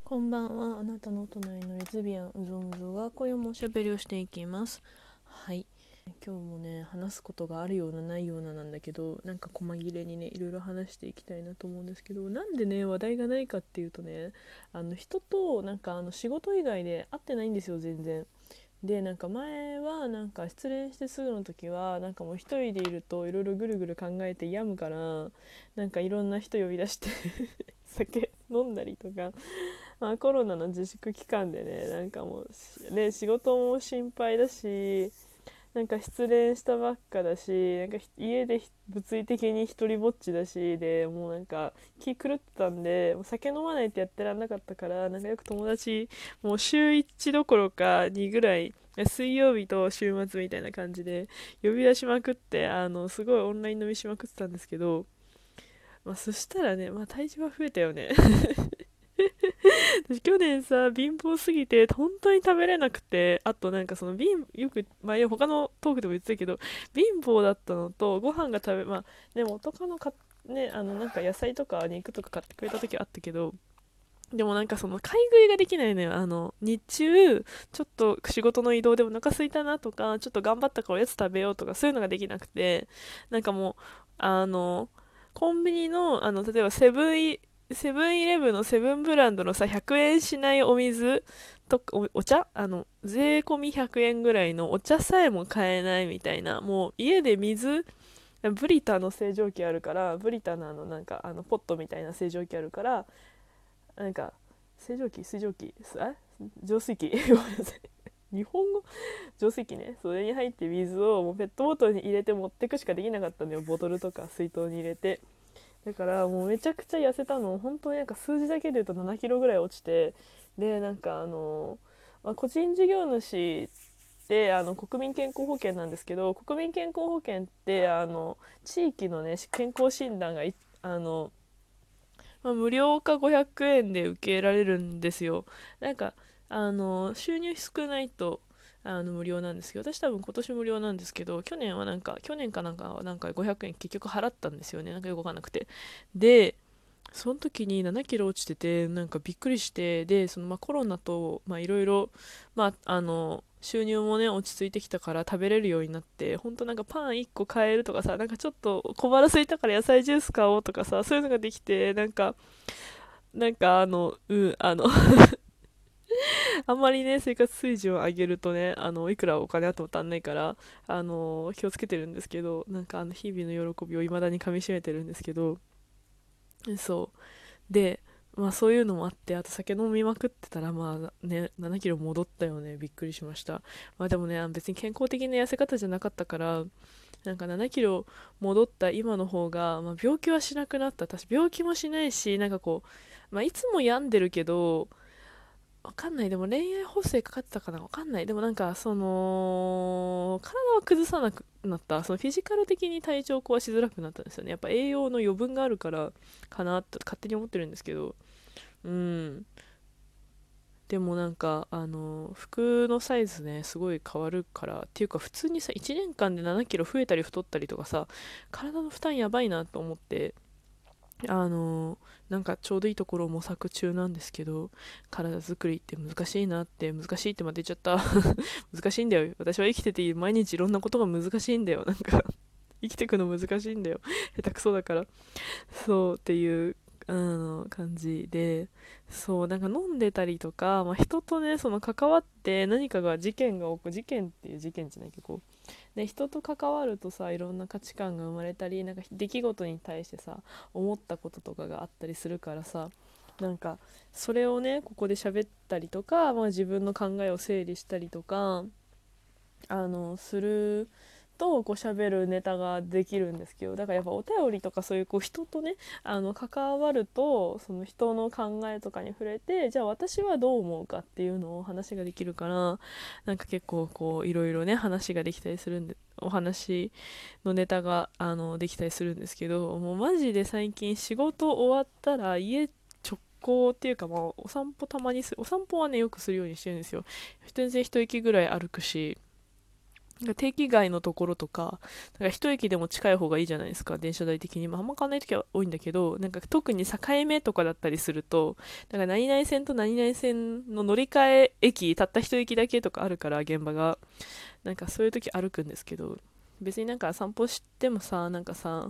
こんばんは。あなたのお隣のレズビアンうぞうぞが今夜もおしゃべりをしていきます。はい。今日もね、話すことがあるようなないようななんだけど、なんか細切れにね、いろいろ話していきたいなと思うんですけど、なんでね、話題がないかっていうとね、人となんか仕事以外で会ってないんですよ、全然。で、なんか前はなんか失恋してすぐの時はなんかもう一人でいるといろいろぐるぐる考えて病むから、なんかいろんな人呼び出して酒飲んだりとか、まあ、コロナの自粛期間でね、なんかもうね、仕事も心配だし、なんか失恋したばっかだし、なんか家で物理的に一人ぼっちだしで、もうなんか気狂ってたんで、もう酒飲まないってやってらんなかったから、なんかよく友達もう週1どころか2ぐらい、水曜日と週末みたいな感じで呼び出しまくって、すごいオンライン飲みしまくってたんですけど、まあ、そしたらね、まあ、体重は増えたよね。私去年さ、貧乏すぎて本当に食べれなくて、あとなんかそのよく、まあ他のトークでも言ってたけど、貧乏だったのとご飯がまあでも男のかね、なんか野菜とか肉とか買ってくれた時はあったけど、でもなんかその買い食いができないのよ。日中ちょっと仕事の移動でお腹空いたなとか、ちょっと頑張ったからおやつ食べようとか、そういうのができなくて、なんかもうコンビニの例えばセブンイレブンのセブンブランドのさ、100円しないお水とかお茶、税込み100円ぐらいのお茶さえも買えないみたいな、もう家でブリタの清浄機あるから、ブリタのなんかポットみたいな清浄機あるから、なんか清浄機、水蒸気、浄水器ごめんなさい、日本語、浄水器ね、それに入って水をもうペットボトルに入れて持ってくしかできなかったんだよ、ボトルとか水筒に入れて。だからもうめちゃくちゃ痩せたの、本当になんか数字だけで言うと7キロぐらい落ちて、でなんかまあ、個人事業主で国民健康保険なんですけど、国民健康保険って地域のね健康診断がまあ、無料か500円で受けられるんですよ。なんか収入少ないと無料なんですけど、私多分今年無料なんですけど、去年かなんかはなんか500円結局払ったんですよね。なんかよくわかんなくて。で、その時に7キロ落ちてて、なんかびっくりして、で、まあ、コロナと、まあ、いろいろ、まあ、収入もね、落ち着いてきたから食べれるようになって、ほんとなんかパン1個買えるとかさ、なんかちょっと小腹空いたから野菜ジュース買おうとかさ、そういうのができて、なんかあんまりね、生活水準を上げるとね、いくらお金あっても足んないから、気をつけてるんですけど、なんか日々の喜びを未だに噛み締めてるんですけど、そうで、まあそういうのもあって、あと酒飲みまくってたら、まあね、7キロ戻ったよね。びっくりしました。まあでもね、別に健康的な痩せ方じゃなかったから、なんか7キロ戻った今の方が、まあ、病気はしなくなった。私病気もしないし、なんかこう、まあいつも病んでるけど、わかんない。でも恋愛補正かかってたかな、わかんない。でもなんか、体は崩さなくなった。そのフィジカル的に体調を壊しづらくなったんですよね。やっぱ栄養の余分があるからかなと勝手に思ってるんですけど。うん。でもなんか、服のサイズね、すごい変わるから、っていうか普通にさ、1年間で7キロ増えたり太ったりとかさ、体の負担やばいなと思って、あのなんかちょうどいいところを模索中なんですけど、体作りって難しいなって、難しいってまた言っちゃった。難しいんだよ。私は生きてて毎日いろんなことが難しいんだよ。なんか生きてくの難しいんだよ。下手くそだから。そうっていう感じで、そうなんか飲んでたりとか、まあ、人とねその関わって何かが事件っていう事件じゃないけど、こうで人と関わるとさ、いろんな価値観が生まれたり、なんか出来事に対してさ思ったこととかがあったりするからさ、なんかそれをねここで喋ったりとか、まあ、自分の考えを整理したりとかするとこう喋るネタができるんですけど、だからやっぱお便りとかそういうこう人とね関わると、その人の考えとかに触れて、じゃあ私はどう思うかっていうのを話ができるから、なんか結構こういろいろね話ができたりするんで、お話のネタができたりするんですけど、もうマジで最近仕事終わったら家直行っていうか、まあお散歩たまにお散歩はねよくするようにしてるんですよ。全然一息ぐらい歩くし、 なんか定期外のところとか、なんか一駅でも近い方がいいじゃないですか、電車代的に。まあ、あんま変わんない時は多いんだけど、なんか特に境目とかだったりすると、なんか何々線と何々線の乗り換え駅、たった一駅だけとかあるから、現場が。なんかそういう時歩くんですけど、別になんか散歩してもさ、なんかさ、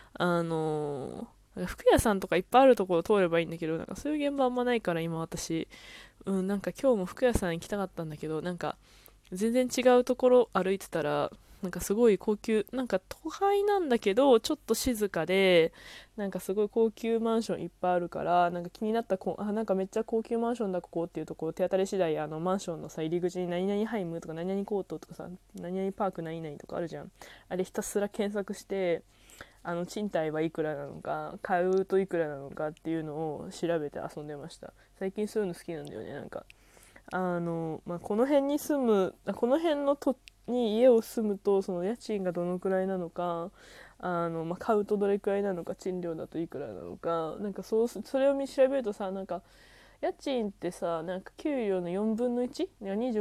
服屋さんとかいっぱいあるところを通ればいいんだけど、なんかそういう現場あんまないから今私、なんか今日も服屋さん行きたかったんだけど、なんか全然違うところ歩いてたら、なんかすごい高級、なんか都会なんだけど、ちょっと静かで、なんかすごい高級マンションいっぱいあるから、なんか気になったなんかめっちゃ高級マンションだここっていうところ、手当たり次第、マンションのさ、入り口に何々ハイムとか何々コートとかさ、何々パーク何々とかあるじゃん。あれひたすら検索して、賃貸はいくらなのか、買うといくらなのかっていうのを調べて遊んでました。最近そういうの好きなんだよね、なんか。この辺に住む、この辺のに家を住むと、その家賃がどのくらいなのか、買うとどれくらいなのか、賃料だといくらなのか、なんかそれを調べるとさ、なんか、家賃ってさ、なんか給料の4分の 1?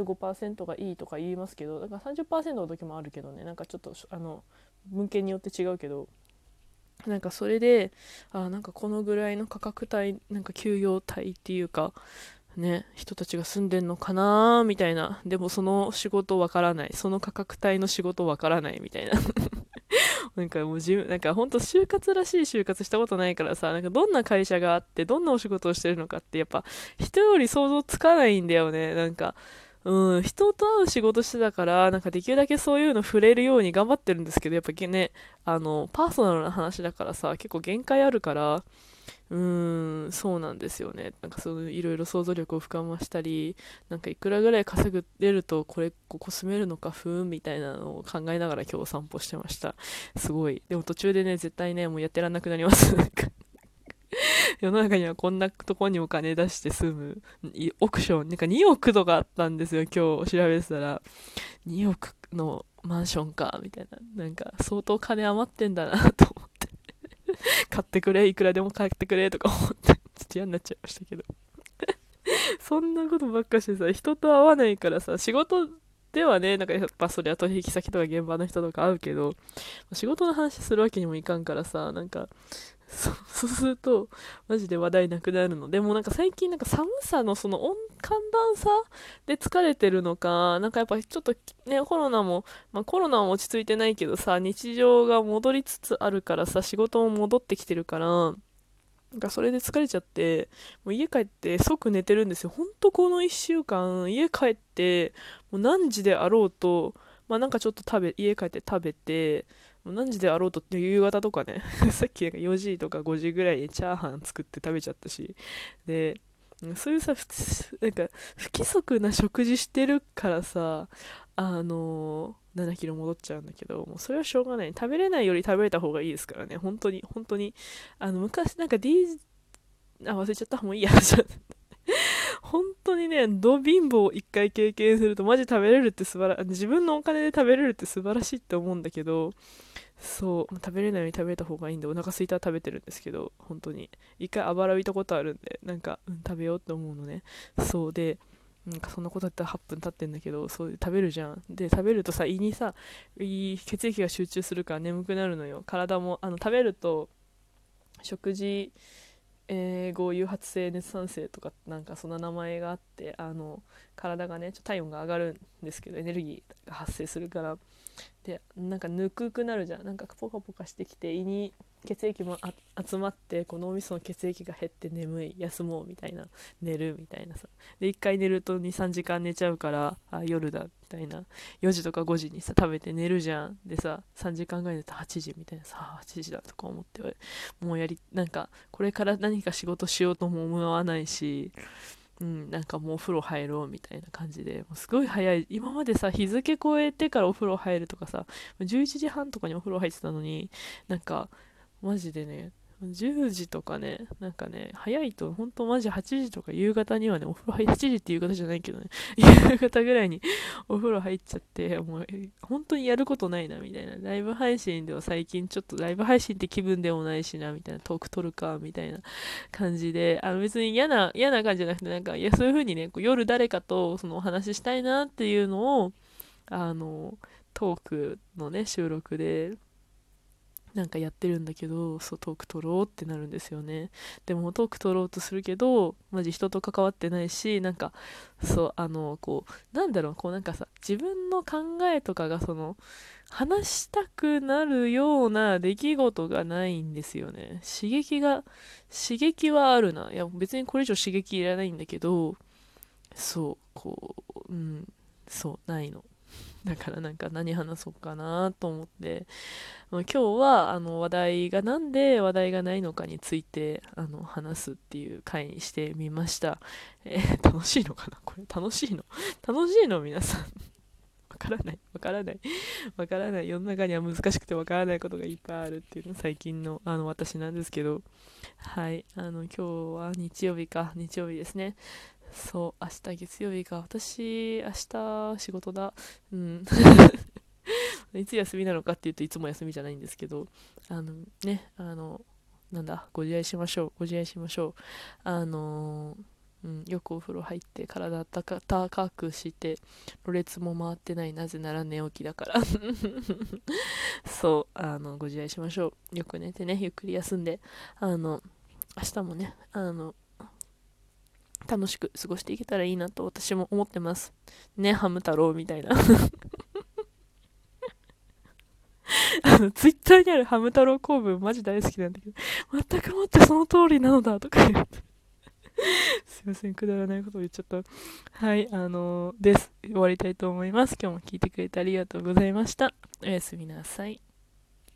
25%がいいとか言いますけど、だから30%の時もあるけどね、なんかちょっと、文献によって違うけど、なんかそれで、なんかこのぐらいの価格帯、なんか給与帯っていうか、ね、人たちが住んでんのかなみたいな。でもその仕事わからない。その価格帯の仕事わからないみたいな。なんかもうなんかほんと就活らしい就活したことないからさ、なんかどんな会社があって、どんなお仕事をしてるのかってやっぱ人より想像つかないんだよね。なんか、人と会う仕事してたから、なんかできるだけそういうの触れるように頑張ってるんですけど、やっぱね、パーソナルな話だからさ、結構限界あるから、そうなんですよね。なんかそういういろいろ想像力を深ましたり、なんかいくらぐらい稼げるとここ住めるのかみたいなのを考えながら今日散歩してました。すごい。でも途中でね、絶対ね、もうやってらんなくなります。なんか世の中にはこんなとこにお金出して住むオークション、なんか2億とかあったんですよ、今日調べてたら。2億のマンションか、みたいな。なんか相当金余ってんだなと思って。買ってくれ、いくらでも買ってくれとか思って、ちょっと嫌になっちゃいましたけど。そんなことばっかしてさ、人と会わないからさ、仕事ではね、なんかやっぱそりゃ取引先とか現場の人とか会うけど、仕事の話するわけにもいかんからさ、なんか、そうすると、マジで話題なくなるの。でもなんか最近なんか寒さのその寒暖差で疲れてるのか、なんかやっぱちょっとね、コロナも落ち着いてないけどさ、日常が戻りつつあるからさ、仕事も戻ってきてるから、なんかそれで疲れちゃって、もう家帰って即寝てるんですよ。ほんとこの1週間、家帰って、もう何時であろうと、まあなんかちょっと家帰って食べて、もう何時であろうとって夕方とかね、さっきなんか4時とか5時ぐらいにチャーハン作って食べちゃったし、で、そういうさ、なんか不規則な食事してるからさ、7キロ戻っちゃうんだけど、もうそれはしょうがない。食べれないより食べれた方がいいですからね。本当に、本当に。昔なんか忘れちゃった。もういいや。本当にね、貧乏を一回経験するとマジ食べれるって自分のお金で食べれるって素晴らしいって思うんだけど、そう、食べれないように食べれた方がいいんで、お腹空いたら食べてるんですけど、本当に。一回あばら浮いたことあるんで、なんか、食べようって思うのね。そうで、なんかそんなことだったら8分経ってんだけど、そう食べるじゃん。で、食べるとさ、胃にさ、血液が集中するから眠くなるのよ。体も、食べると、食事、後誘発性熱産生とかなんかそんな名前があって、体がね体温が上がるんですけど、エネルギーが発生するから、でなんかぬくくなるじゃん。なんかポカポカしてきて胃に血液も集まって、こう脳みその血液が減って眠い、休もうみたいな、寝るみたいなさ。で一回寝ると2、3時間寝ちゃうから、夜だみたいな、4時とか5時にさ食べて寝るじゃん。でさ3時間ぐらい寝たら8時みたいなさ、8時だとか思って、もうなんかこれから何か仕事しようとも思わないし、なんかもうお風呂入ろうみたいな感じで、もうすごい早い。今までさ、日付超えてからお風呂入るとかさ、11時半とかにお風呂入ってたのに、なんか、マジでね、10時とかね、なんかね、早いと、ほんとマジ8時とか夕方にはね、お風呂入っ8時って夕方じゃないけどね、夕方ぐらいにお風呂入っちゃって、もう、本当にやることないな、みたいな。ライブ配信では最近ちょっとライブ配信って気分でもないしな、みたいな。トーク撮るか、みたいな感じで、別に嫌な感じじゃなくて、なんか、いや、そういう風にね、こう夜誰かとそのお話ししたいなっていうのを、あの、 トークのね収録でなんかやってるんだけど、そうトーク取ろうってなるんですよね。でもトーク取ろうとするけどマジ人と関わってないし、なんかそうこうなんだろう、こうなんかさ、自分の考えとかが話したくなるような出来事がないんですよね。刺激はあるな。いや別にこれ以上刺激いらないんだけど、そうこうそうないの。だからなんか何話そうかなと思って、今日はなんで話題がないのかについて話すっていう回にしてみました。楽しいのかなこれ？楽しいの？楽しいの皆さん？わからないわからないわからない。世の中には難しくてわからないことがいっぱいあるっていうのが最近の私なんですけど、はい、今日は日曜日日曜日ですね。そう、明日月曜日か。私明日仕事だ。うん。いつ休みなのかっていうといつも休みじゃないんですけど、ね、なんだ、ご自愛しましょう。ご自愛しましょう。よくお風呂入って体温かくして、ろれつも回ってない。なぜなら寝起きだから。そう、ご自愛しましょう。よく寝てね、ゆっくり休んで、明日もね、楽しく過ごしていけたらいいなと私も思ってます。ね、ハム太郎みたいな。ツイッターにあるハム太郎公文マジ大好きなんだけど、全くもってその通りなのだとか言って。すいません、くだらないことを言っちゃった。はい、です。終わりたいと思います。今日も聞いてくれてありがとうございました。おやすみなさい。